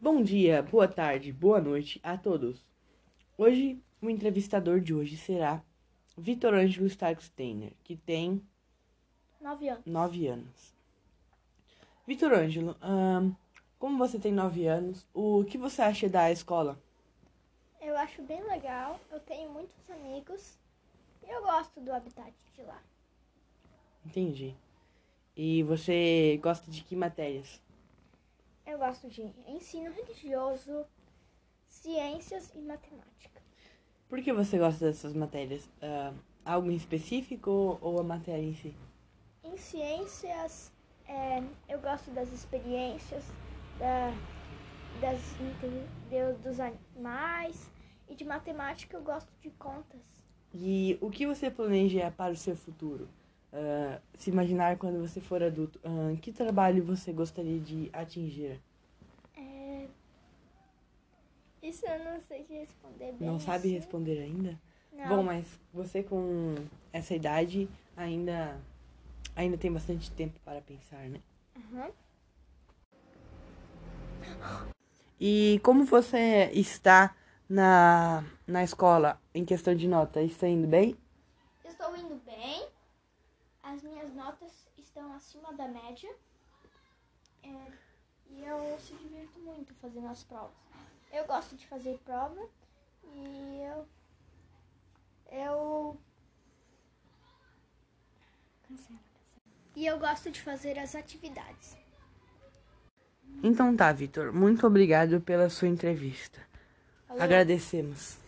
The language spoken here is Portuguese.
Bom dia, boa tarde, boa noite a todos. Hoje, o entrevistador de hoje será Vitor Ângelo Starksteiner, que tem 9 anos. Vitor Ângelo, como você tem 9 anos, o que você acha da escola? Eu acho bem legal, eu tenho muitos amigos e eu gosto do habitat de lá. Entendi. E você gosta de que matérias? Eu gosto de ensino religioso, ciências e matemática. Por que você gosta dessas matérias? Algo em específico ou a matéria em si? Em ciências, eu gosto das experiências, dos animais, e de matemática eu gosto de contas. E o que você planeja para o seu futuro? Se imaginar quando você for adulto, que trabalho você gostaria de atingir? Isso eu não sei te responder bem. Não sabe assim. responder ainda? Não. Bom, mas você com essa idade ainda tem bastante tempo para pensar, né? Uhum. E como você está na escola em questão de nota? Está indo bem? Estou indo bem, as minhas notas estão acima da média e eu se divirto muito fazendo as provas. Eu gosto de fazer prova e eu gosto de fazer as atividades. Então tá, Vitor. Muito obrigado pela sua entrevista. Valeu. Agradecemos.